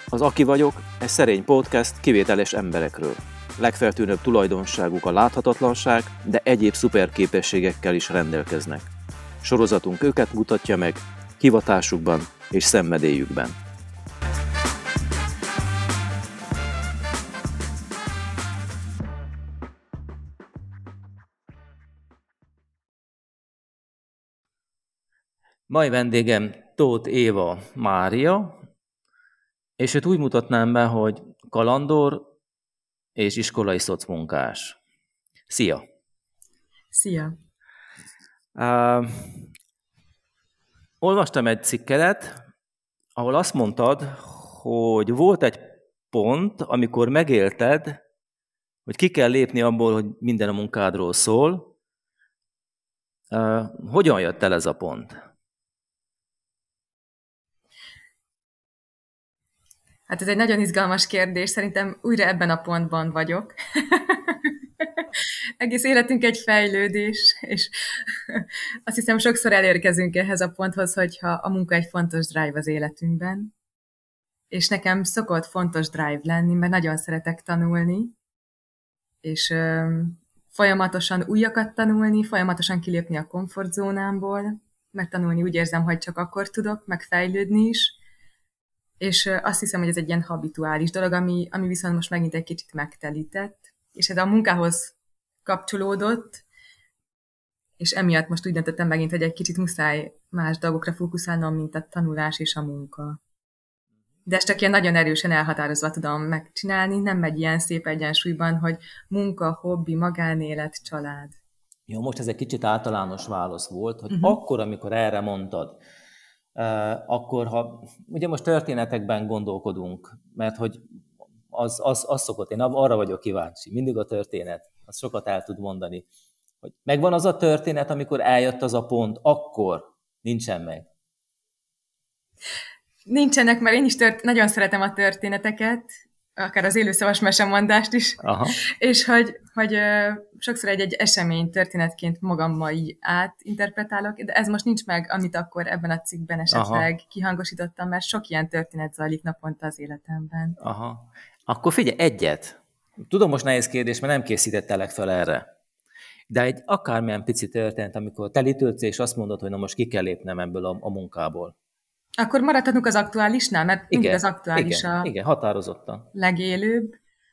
Az Aki vagyok, egy szerény podcast kivételes emberekről. Legfeltűnőbb tulajdonságuk a láthatatlanság, de egyéb szuperképességekkel is rendelkeznek. Sorozatunk őket mutatja meg, hivatásukban és szenvedélyükben. Mai vendégem Tóth Éva Mária, és őt úgy mutatnám be, hogy kalandor és iskolai szocmunkás. Szia! Szia! Olvastam egy cikkedet, ahol azt mondtad, hogy volt egy pont, amikor megélted, hogy ki kell lépni abból, hogy minden a munkádról szól. Hogyan jött el ez a pont? Hát ez egy nagyon izgalmas kérdés, szerintem újra ebben a pontban vagyok. Egész életünk egy fejlődés, és azt hiszem sokszor elérkezünk ehhez a ponthoz, hogyha a munka egy fontos drive az életünkben. És nekem szokott fontos drive lenni, mert nagyon szeretek tanulni, és folyamatosan újakat tanulni, folyamatosan kilépni a komfortzónámból, mert tanulni úgy érzem, hogy csak akkor tudok, meg fejlődni is, és azt hiszem, hogy ez egy ilyen habituális dolog, ami viszont most megint egy kicsit megtelített, és ez a munkához kapcsolódott, és emiatt most úgy döntöttem megint, hogy egy kicsit muszáj más dolgokra fókuszálnom, mint a tanulás és a munka. De ezt csak ilyen nagyon erősen elhatározva tudom megcsinálni, nem megy ilyen szép egyensúlyban, hogy munka, hobbi, magánélet, család. Jó, most ez egy kicsit általános válasz volt, hogy akkor, amikor erre mondtad, akkor, ha ugye most történetekben gondolkodunk, mert hogy az szokott, én arra vagyok kíváncsi, mindig a történet, az sokat el tud mondani, hogy megvan az a történet, amikor eljött az a pont, akkor nincsen meg. Nincsenek, mert én is nagyon szeretem a történeteket, akár az élőszavas mesemondást is, Aha. és hogy sokszor egy esemény történetként magammal így átinterpretálok, de ez most nincs meg, amit akkor ebben a cikkben esetleg kihangosítottam, mert sok ilyen történet zajlik naponta az életemben. Aha. Akkor figyelj, egyet. Tudom, most nehéz kérdés, mert nem készítettelek fel erre. De egy akármilyen pici történet, amikor telítődsz, és azt mondod, hogy na most ki kell lépnem ebből a munkából. Akkor maradhatunk az aktuálisnál, mert mindig az aktuális igen, határozottan. Legélőbb.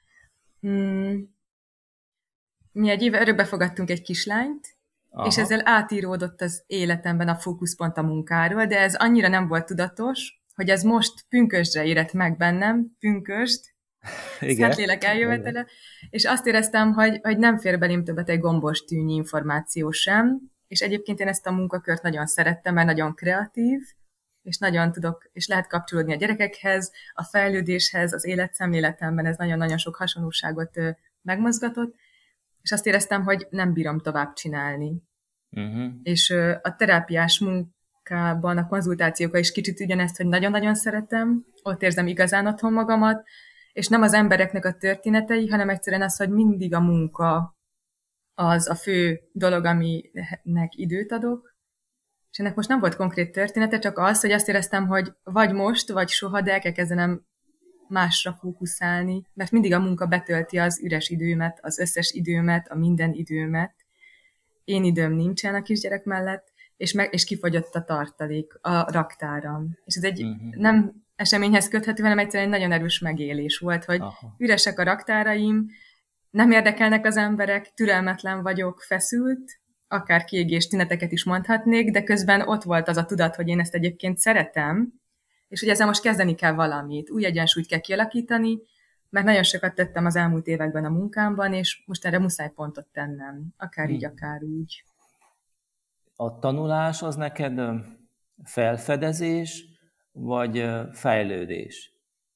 Mi egy éve örökbefogadtunk egy kislányt, és ezzel átíródott az életemben a fókuszpont a munkáról, de ez annyira nem volt tudatos, hogy ez most pünkösdre érett meg bennem, pünkösd, Szentlélek eljövetele, és azt éreztem, hogy nem fér belém többet egy gombos tűnyi információ sem, és egyébként én ezt a munkakört nagyon szerettem, mert nagyon kreatív, és nagyon tudok, és lehet kapcsolódni a gyerekekhez, a fejlődéshez, az életszemléletemben ez nagyon-nagyon sok hasonlóságot megmozgatott, és azt éreztem, hogy nem bírom tovább csinálni. És a terápiás munkában, a konzultációkkal is kicsit ugyanezt, hogy nagyon-nagyon szeretem, ott érzem igazán otthon magamat, és nem az embereknek a történetei, hanem egyszerűen az, hogy mindig a munka az a fő dolog, aminek időt adok. És ennek most nem volt konkrét története, csak az, hogy azt éreztem, hogy vagy most, vagy soha, de el kell kezdenem másra fókuszálni, mert mindig a munka betölti az üres időmet, az összes időmet, a minden időmet. Én időm nincsen a kisgyerek mellett, és kifogyott a tartalék, a raktáram. És ez egy nem eseményhez köthető, hanem egyszerűen egy nagyon erős megélés volt, hogy üresek a raktáraim, nem érdekelnek az emberek, türelmetlen vagyok, feszült, akár kiégés tüneteket is mondhatnék, de közben ott volt az a tudat, hogy én ezt egyébként szeretem, és hogy ezzel most kezdeni kell valamit, új egyensúlyt kell kialakítani, mert nagyon sokat tettem az elmúlt években a munkámban, és most erre muszáj pontot tennem, akár így, akár úgy. A tanulás az neked felfedezés, vagy fejlődés?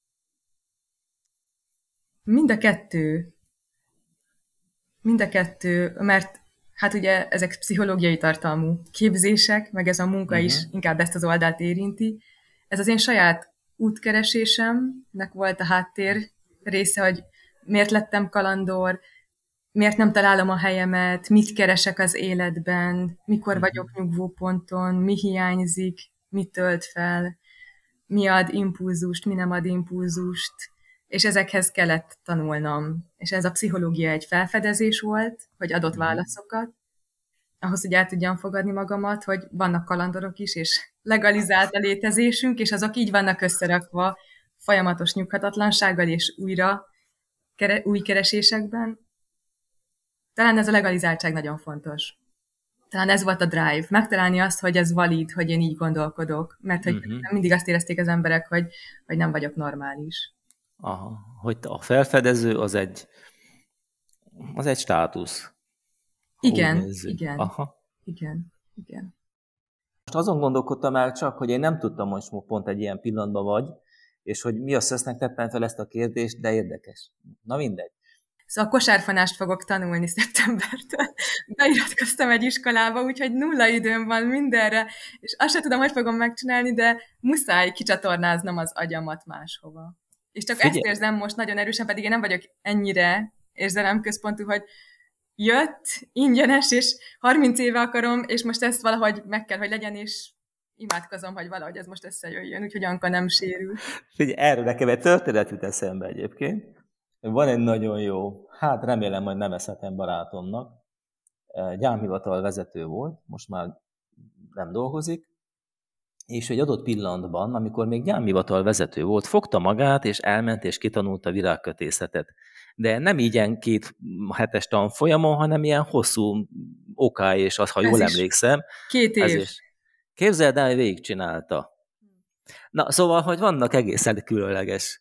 Mind a kettő. Mind a kettő, mert hát ugye ezek pszichológiai tartalmú képzések, meg ez a munka is inkább ezt az oldalt érinti. Ez az én saját útkeresésemnek volt a háttér része, hogy miért lettem kalandor, miért nem találom a helyemet, mit keresek az életben, mikor vagyok nyugvóponton, mi hiányzik, mi tölt fel. mi ad impulzust, mi nem ad impulzust, és ezekhez kellett tanulnom. És ez a pszichológia egy felfedezés volt, hogy adott válaszokat, ahhoz, hogy el tudjam fogadni magamat, hogy vannak kalandorok is, és legalizált a létezésünk, és azok így vannak összerakva folyamatos nyughatatlansággal és új keresésekben. Talán ez a legalizáltság nagyon fontos. Talán ez volt a drive, megtalálni azt, hogy ez valid, hogy én így gondolkodok, mert hogy mindig azt érezték az emberek, hogy nem vagyok normális. Aha, hogy a felfedező az egy státusz. Igen. Aha. Igen. Most azon gondolkodtam el csak, hogy én nem tudtam, most pont egy ilyen pillanatban vagy, és hogy mi a szesznek tettem fel ezt a kérdést, de érdekes. Na mindegy. Szóval kosárfonást fogok tanulni szeptembertől. Beiratkoztam egy iskolába, úgyhogy 0 időm van mindenre, és azt sem tudom, hogy fogom megcsinálni, de muszáj kicsatornáznom az agyamat máshova. És csak ezt érzem most nagyon erősen, pedig én nem vagyok ennyire érzelemközpontú, hogy jött, ingyenes, és 30 éve akarom, és most ezt valahogy meg kell, hogy legyen, és imádkozom, hogy valahogy ez most összejöjjön, úgyhogy Anka nem sérül. Figyelj, erről nekem egy történet jut eszembe egyébként. Van egy nagyon jó, hát remélem, hogy nevezhetem barátomnak, gyámhivatal vezető volt, most már nem dolgozik, és egy adott pillanatban, amikor még gyámhivatal vezető volt, fogta magát, és elment, és kitanulta virágkötészetet. De nem ilyen 2 hetes tanfolyamon, hanem ilyen hosszú okály, és az, ha jól emlékszem. 2 év. Képzeld el, hogy végigcsinálta. Na, szóval, hogy vannak egészen különleges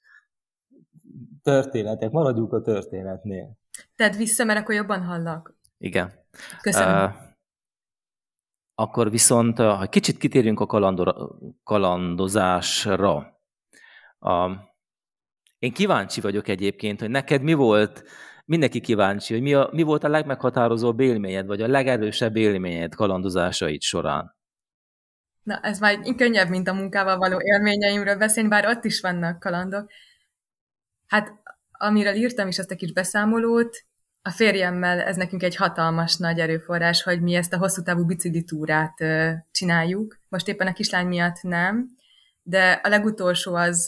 történetek, maradjunk a történetnél. Tedd vissza, mert akkor jobban hallak. Igen. Köszönöm. Akkor viszont, ha kicsit kitérjünk a kalandozásra. Én kíváncsi vagyok egyébként, hogy neked mi volt, mindenki kíváncsi, hogy mi volt a legmeghatározóbb élményed, vagy a legerősebb élményed kalandozásaid során. Na, ez már könnyebb, mint a munkával való élményeimről beszélni, bár ott is vannak kalandok. Hát, amiről írtam is azt a kis beszámolót, a férjemmel ez nekünk egy hatalmas nagy erőforrás, hogy mi ezt a hosszú távú biciklitúrát csináljuk. Most éppen a kislány miatt nem, de a legutolsó az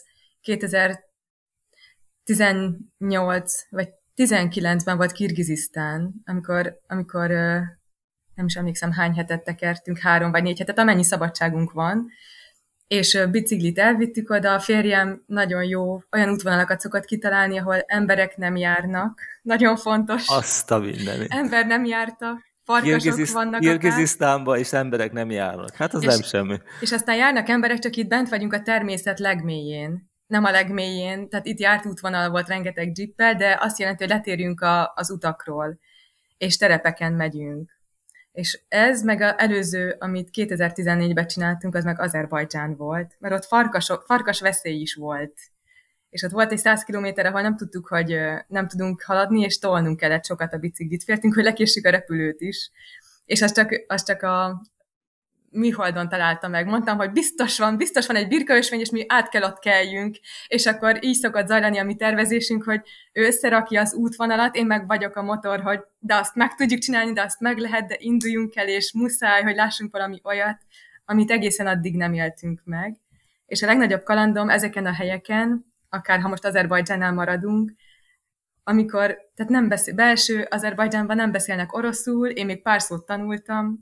2018 vagy 19-ben volt Kirgizisztán, amikor nem is emlékszem hány hetet tekertünk, 3 vagy 4 hetet, amennyi szabadságunk van, és biciklit elvittük oda, a férjem nagyon jó, olyan útvonalakat szokott kitalálni, ahol emberek nem járnak. Nagyon fontos. Azt a mindenit. Ember nem járta, farkasok vannak Kirgizisztánban is emberek nem járnak. Hát az nem semmi. És aztán járnak emberek, csak itt bent vagyunk a természet legmélyén. Nem a legmélyén, tehát itt járt útvonal volt rengeteg jeeppel, de azt jelenti, hogy letérjünk az utakról, és terepeken megyünk. És ez, meg az előző, amit 2014-ben csináltunk, az meg Azerbajdzsán volt, mert ott farkas veszély is volt. És ott volt egy 100 kilométer, ahol nem tudtuk, hogy nem tudunk haladni, és tolnunk kellett sokat a biciklit. Féltünk, hogy lekéssük a repülőt is. És az csak a Műholdon találta meg. Mondtam, hogy biztos van egy birkaösvény, és mi át kell ott kelljünk. És akkor így szokott zajlani a mi tervezésünk, hogy ő összerakja az útvonalat, én meg vagyok a motor, hogy de azt meg tudjuk csinálni, de azt meg lehet, de induljunk el, és muszáj, hogy lássunk valami olyat, amit egészen addig nem éltünk meg. És a legnagyobb kalandom ezeken a helyeken, akár ha most Azerbajdzsánnál maradunk, amikor, tehát nem belső Azerbajdzsánban nem beszélnek oroszul, én még pár szót tanultam,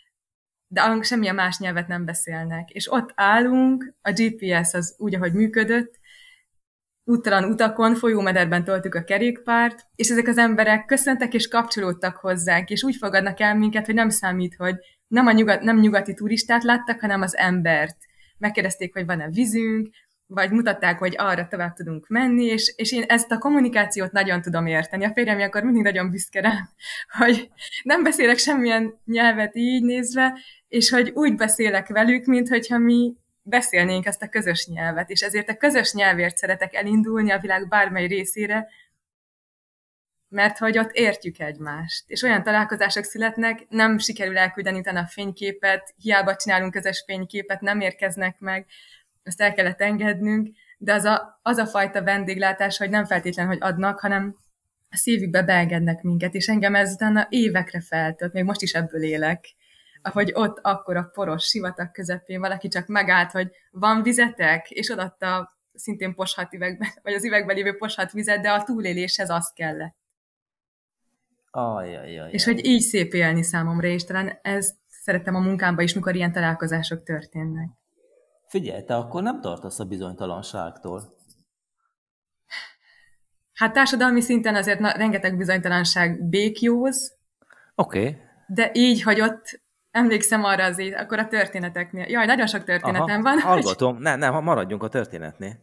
de semmilyen más nyelvet nem beszélnek. És ott állunk, a GPS az úgy, ahogy működött, úttalan utakon, folyómederben toltuk a kerékpárt, és ezek az emberek köszöntek és kapcsolódtak hozzánk, és úgy fogadnak el minket, hogy nem számít, hogy nem nyugati turistát láttak, hanem az embert. Megkérdezték, hogy van-e vízünk, vagy mutatták, hogy arra tovább tudunk menni, és én ezt a kommunikációt nagyon tudom érteni. A férjem akkor mindig nagyon büszke rám, hogy nem beszélek semmilyen nyelvet így nézve, és hogy úgy beszélek velük, minthogyha mi beszélnénk ezt a közös nyelvet, és ezért a közös nyelvért szeretek elindulni a világ bármely részére, mert hogy ott értjük egymást. És olyan találkozások születnek, nem sikerül elküldeni utána a fényképet, hiába csinálunk közös fényképet, nem érkeznek meg, ezt el kellett engednünk, de az a fajta vendéglátás, hogy nem feltétlenül, hogy adnak, hanem a szívükbe beengednek minket, és engem ez utána évekre feltölt, még most is ebből élek, ahogy ott akkor a poros sivatag közepén valaki csak megállt, hogy van vizetek, és odaadta szintén poshat üvegbe, vagy az üvegben lévő poshat vizet, de a túléléshez az kellett. És hogy így szép élni számomra, és talán ezt szerettem a munkámban is, mikor ilyen találkozások történnek. Figyelj, te akkor nem tartasz a bizonytalanságtól? Hát társadalmi szinten azért rengeteg bizonytalanság békjóz. Oké. De így, hogy ott emlékszem arra azért, akkor a történeteknél. Jaj, nagyon sok történetem van. Hallgatom. Hogy... Nem, maradjunk a történetnél.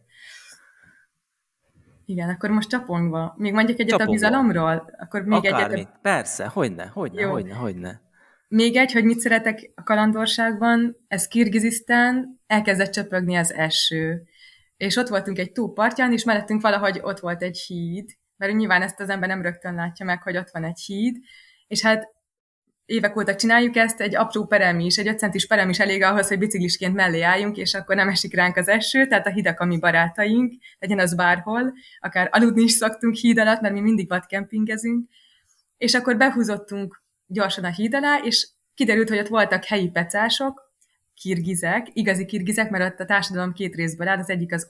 Igen, akkor most csapongva. Még mondjuk egyet a bizalomról? Akkor még akármit. Persze, hogyne. Még egy, hogy mit szeretek a kalandorságban, ez Kirgizisztán, elkezdett csöpögni az eső. És ott voltunk egy tó partján, és mellettünk valahogy ott volt egy híd, mert nyilván ezt az ember nem rögtön látja meg, hogy ott van egy híd, és hát évek óta csináljuk ezt, egy apró perem is, egy 5 centis perem is elég ahhoz, hogy biciklisként mellé álljunk, és akkor nem esik ránk az eső, tehát a hidak a mi barátaink, legyen az bárhol, akár aludni is szoktunk híd alatt, mert mi mindig vadkempingezünk, és akkor behúzottunk gyorsan a híd alá, és kiderült, hogy ott voltak helyi pecások, kirgizek, igazi kirgizek, mert ott a társadalom 2 részből áll, az egyik az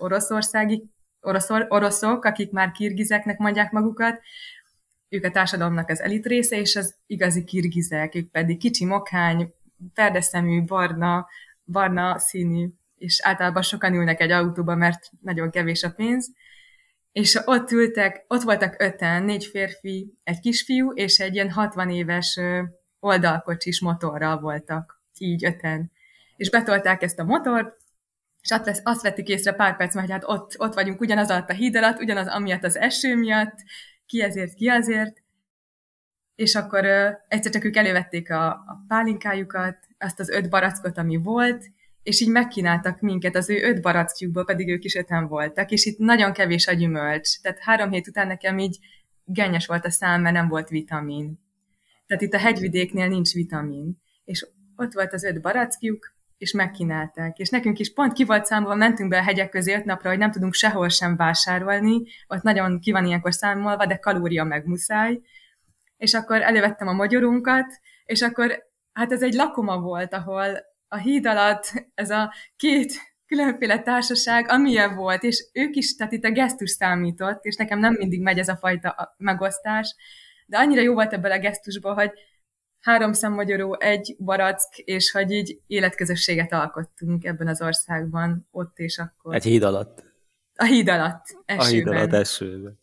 oroszok, akik már kirgizeknek mondják magukat, ők a társadalomnak az elit része, és az igazi kirgizek, ők pedig kicsi mokány, ferdeszemű, barna színű, és általában sokan ülnek egy autóba, mert nagyon kevés a pénz, és ott voltak 5-en, 4 férfi, egy kisfiú, és egy ilyen 60 éves oldalkocsis motorral voltak, így 5-en. És betolták ezt a motort, és azt vettük észre pár perc, hogy hát ott vagyunk ugyanaz alatt a híd alatt, ugyanaz amiatt az eső miatt, ki azért, és akkor egyszer csak ők elővették a pálinkájukat, azt az 5 barackot, ami volt, és így megkínáltak minket az ő 5 barackjukból, pedig ők is 5-en voltak, és itt nagyon kevés a gyümölcs. Tehát 3 hét után nekem így gennyes volt a szám, mert nem volt vitamin. Tehát itt a hegyvidéknél nincs vitamin. És ott volt az 5 barackjuk, és megkínálták. És nekünk is pont ki volt számolva, mentünk be a hegyek közé 5 napra, hogy nem tudunk sehol sem vásárolni, ott nagyon ki van ilyenkor számolva, de kalória meg muszáj. És akkor elővettem a magyarunkat, és akkor hát ez egy lakoma volt, ahol a híd alatt ez a 2 különféle társaság, amilyen volt, és ők is, tehát itt a gesztus számított, és nekem nem mindig megy ez a fajta megosztás, de annyira jó volt ebből a gesztusból, hogy 3 szemmagyaró, 1 barack, és hogy így életközösséget alkottunk ebben az országban, ott és akkor. Egy híd alatt. A híd alatt, esőben. A híd alatt, esőben.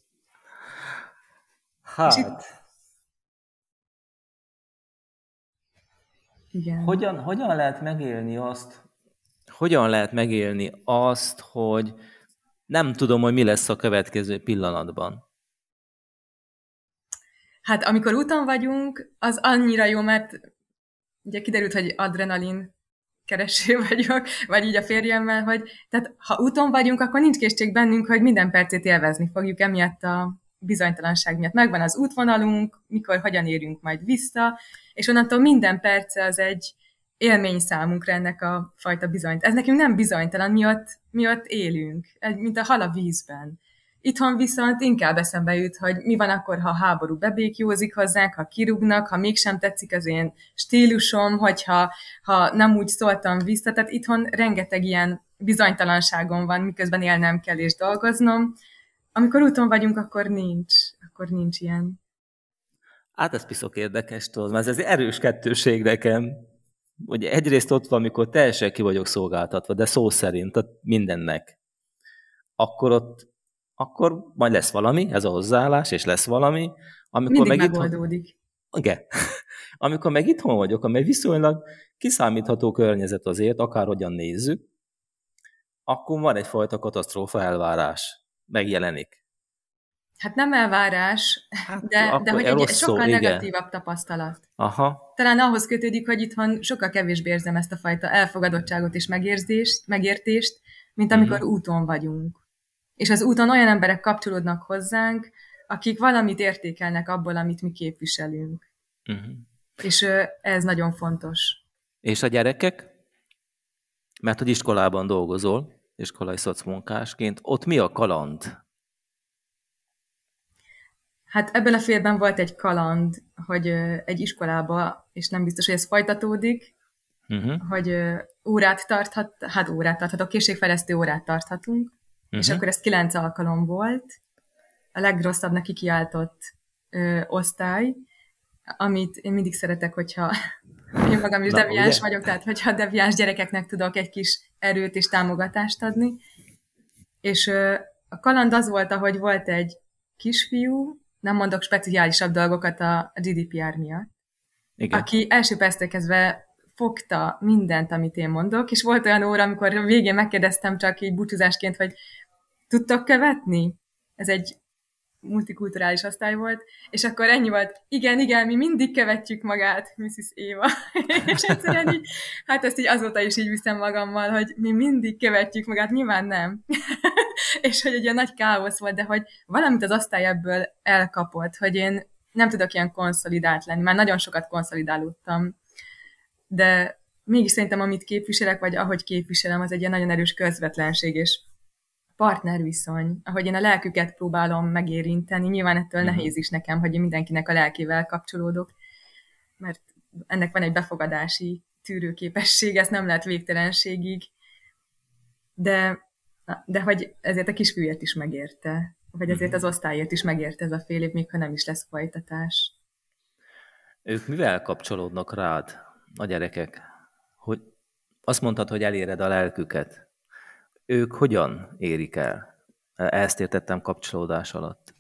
Hát... Igen. Hogyan lehet megélni azt, hogy nem tudom, hogy mi lesz a következő pillanatban? Hát amikor úton vagyunk, az annyira jó, mert ugye kiderült, hogy adrenalin kereső vagyok, vagy így a férjemmel, hogy tehát ha úton vagyunk, akkor nincs készség bennünk, hogy minden percét élvezni fogjuk emiatt a bizonytalanság miatt. Megvan az útvonalunk, mikor, hogyan érünk majd vissza, és onnantól minden perce az egy élmény számunkra ennek a fajta bizonytalan. Ez nekünk nem bizonytalan, mi ott élünk, mint a hal a vízben. Itthon viszont inkább eszembe jut, hogy mi van akkor, ha a háború bebékjózik hozzánk, ha kirúgnak, ha mégsem tetszik az én stílusom, hogyha nem úgy szóltam vissza. Tehát itthon rengeteg ilyen bizonytalanságom van, miközben élnem kell és dolgoznom. Amikor úton vagyunk, akkor nincs ilyen. Hát ez piszok érdekes, tudod, mert ez egy erős kettőség nekem. Ugye egyrészt ott van, amikor teljesen ki vagyok szolgáltatva, de szó szerint, tehát mindennek. Akkor majd lesz valami, ez a hozzáállás, és lesz valami. Amikor mindig megoldódik. Igen. Amikor meg itthon vagyok, amely viszonylag kiszámítható környezet azért, akárhogyan nézzük, akkor van egyfajta katasztrófa elvárás. Megjelenik. Hát nem elvárás, de hogy egy sokkal negatívabb tapasztalat. Aha. Talán ahhoz kötődik, hogy itthon sokkal kevésbé érzem ezt a fajta elfogadottságot és megértést, mint amikor úton vagyunk. És az úton olyan emberek kapcsolódnak hozzánk, akik valamit értékelnek abból, amit mi képviselünk. És ez nagyon fontos. És a gyerekek? Mert hogy iskolában dolgozol, iskolai szocmunkásként, ott mi a kaland? Hát ebben a félben volt egy kaland, hogy egy iskolába, és nem biztos, hogy ez folytatódik, hogy órát tarthatok, készségfejlesztő órát tarthatunk, és akkor ez 9 alkalom volt, a legrosszabb neki kiáltott osztály, amit én mindig szeretek, hogyha én magam is deviáns vagyok, tehát hogyha deviáns gyerekeknek tudok egy kis erőt és támogatást adni. És a kaland az volt, ahogy volt egy kisfiú, nem mondok speciálisabb dolgokat a GDPR miatt, igen, aki első perctől kezdve fogta mindent, amit én mondok, és volt olyan óra, amikor a végén megkérdeztem csak így búcsúzásként, hogy tudtok követni? Ez egy multikulturális osztály volt, és akkor ennyi volt, igen, mi mindig követjük magát, Mrs. Éva. És egyszerűen így, hát ezt így azóta is így viszem magammal, hogy mi mindig követjük magát, nyilván nem. És hogy egy ilyen nagy káosz volt, de hogy valamit az osztály ebből elkapott, hogy én nem tudok ilyen konszolidált lenni, már nagyon sokat konszolidálódtam, de mégis szerintem, amit képviselek, vagy ahogy képviselem, az egy ilyen nagyon erős közvetlenség, és partnerviszony, ahogy én a lelküket próbálom megérinteni, nyilván ettől nehéz is nekem, hogy én mindenkinek a lelkével kapcsolódok, mert ennek van egy befogadási tűrőképesség, ezt nem lehet végtelenségig, de hogy ezért a kisfiúért is megérte, vagy ezért az osztályért is megérte ez a fél év, még ha nem is lesz folytatás. Ők mivel kapcsolódnak rád, a gyerekek? Hogy azt mondtad, hogy eléred a lelküket. Ők hogyan érik el? Ezt értettem kapcsolódás alatt.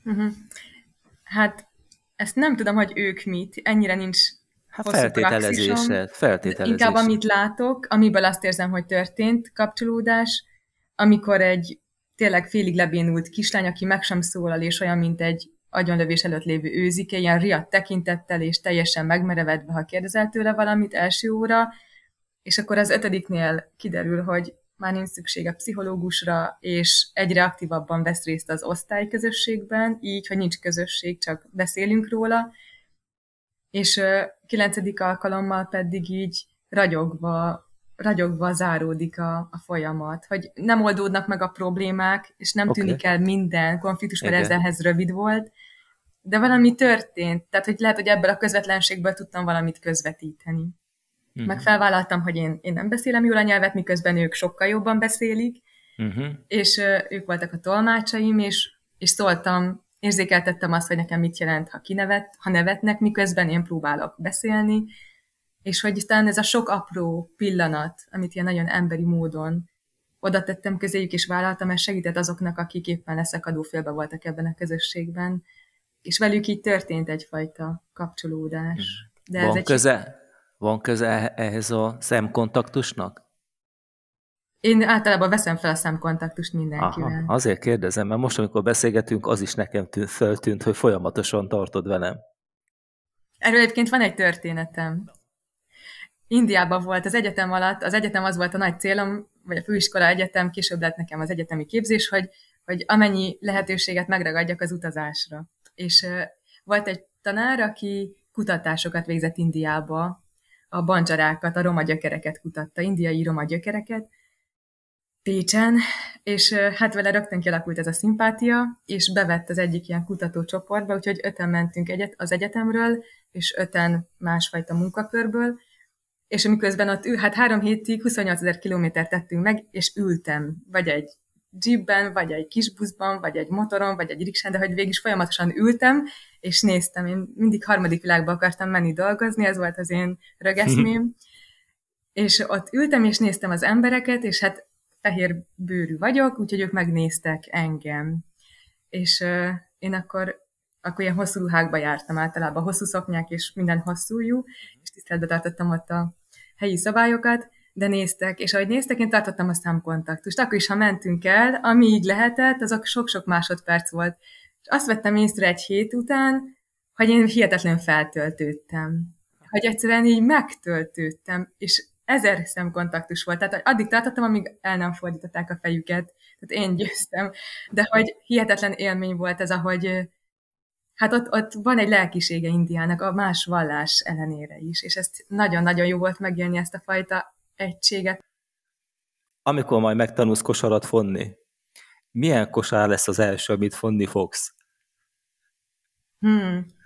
Hát ezt nem tudom, hogy ők mit, ennyire nincs feltételezésre. Inkább amit látok, amiből azt érzem, hogy történt kapcsolódás, amikor egy tényleg félig lebénult kislány, aki meg sem szólal, és olyan, mint egy agyonlövés előtt lévő őzike, ilyen riadt tekintettel, és teljesen megmerevedve, ha kérdezel tőle valamit első óra, és akkor az 5-nél kiderül, hogy már nincs szüksége pszichológusra, és egyre aktívabban vesz részt az osztályközösségben, így, hogy nincs közösség, csak beszélünk róla, és 9. alkalommal pedig így ragyogva záródik a folyamat, hogy nem oldódnak meg a problémák, és nem tűnik el minden konfliktus, mert ezzelhez rövid volt, de valami történt, tehát hogy lehet, hogy ebből a közvetlenségből tudtam valamit közvetíteni. Meg felvállaltam, hogy én nem beszélem jól a nyelvet, miközben ők sokkal jobban beszélik, és ők voltak a tolmácsaim, és szóltam, érzékeltettem azt, hogy nekem mit jelent, ha nevetnek, miközben én próbálok beszélni, és hogy talán ez a sok apró pillanat, amit ilyen nagyon emberi módon oda tettem közéjük, és vállaltam, ez segített azoknak, akik éppen leszakadó félbe voltak ebben a közösségben, és velük így történt egyfajta kapcsolódás. De Van köze ehhez a szemkontaktusnak? Én általában veszem fel a szemkontaktust mindenkivel. Aha, azért kérdezem, mert most, amikor beszélgetünk, az is nekem feltűnt, hogy folyamatosan tartod velem. Erről egyébként van egy történetem. Indiában volt az egyetem alatt, az egyetem az volt a nagy célom, vagy a főiskola egyetem, később lett nekem az egyetemi képzés, hogy amennyi lehetőséget megragadjak az utazásra. És volt egy tanár, aki kutatásokat végzett Indiába, a bandzsarákat, a roma gyökereket kutatta, indiai roma gyökereket Pécsen, és hát vele rögtön kialakult ez a szimpátia, és bevett az egyik ilyen kutatócsoportba, úgyhogy 5-en mentünk az egyetemről, és 5-en másfajta munkakörből, és amiközben ott 3 hétig 28 000 kilométert tettünk meg, és ültem, vagy egy jeepben, vagy egy kis buszban, vagy egy motoron, vagy egy riksán, de hogy végig is folyamatosan ültem, és néztem. Én mindig harmadik világba akartam menni dolgozni, ez volt az én rögeszmém. És ott ültem, és néztem az embereket, és hát fehér bőrű vagyok, úgyhogy ők megnéztek engem. És én akkor ilyen hosszú ruhákba jártam általában, hosszú szoknyák, és minden hosszújú, és tiszteletbe tartottam ott a helyi szabályokat, de néztek, és ahogy néztek, én tartottam a szemkontaktust. Akkor is, ha mentünk el, ami így lehetett, azok sok-sok másodperc volt. És azt vettem észre egy hét után, hogy én hihetetlenül feltöltődtem. Hogy egyszerűen így megtöltődtem, és 1000 szemkontaktus volt. Tehát addig tartottam, amíg el nem fordították a fejüket. Tehát én győztem. De hogy hihetetlen élmény volt ez, ahogy hát ott van egy lelkisége Indiának a más vallás ellenére is, és ezt nagyon-nagyon jó volt megélni, ezt a fajta egységet. Amikor majd megtanulsz kosarat fonni, milyen kosár lesz az első, amit fonni fogsz?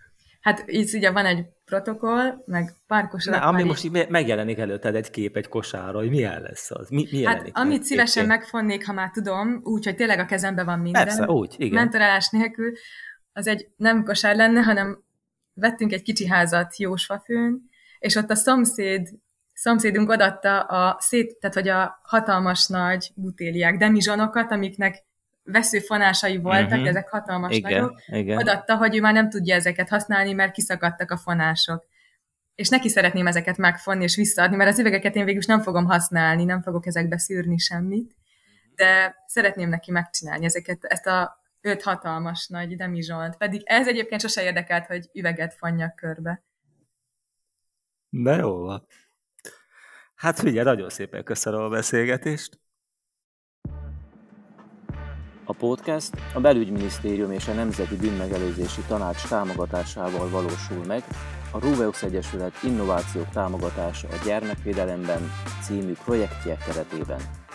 Hát így ugye van egy protokoll, meg párkosodott. Ami most így megjelenik előtted egy kép egy kosárról, hogy milyen lesz az? Mi hát amit szívesen megfonnék, ha már tudom, úgy, hogy tényleg a kezemben van minden. Persze, úgy, igen. Mentorálás nélkül, az egy nem kosár lenne, hanem vettünk egy kicsi házat Jósvafőn, és ott a szomszédunk odatta tehát hogy a hatalmas nagy butéliák, demizsonokat, amiknek veszőfonásai voltak, ezek hatalmas nagyok, odatta, hogy ő már nem tudja ezeket használni, mert kiszakadtak a fonások. És neki szeretném ezeket megfonni és visszaadni, mert az üvegeket én végül nem fogom használni, nem fogok ezekbe szűrni semmit, de szeretném neki megcsinálni ezt a 5 hatalmas nagy demizsont, pedig ez egyébként sose érdekelt, hogy üveget fonjak körbe. De jó van. Hát figyelj, nagyon szépen köszönöm a beszélgetést. A podcast a Belügyminisztérium és a Nemzeti Bűnmegelőzési Tanács támogatásával valósul meg, a RUVEUX Egyesület Innovációk támogatása a gyermekvédelemben című projektje keretében.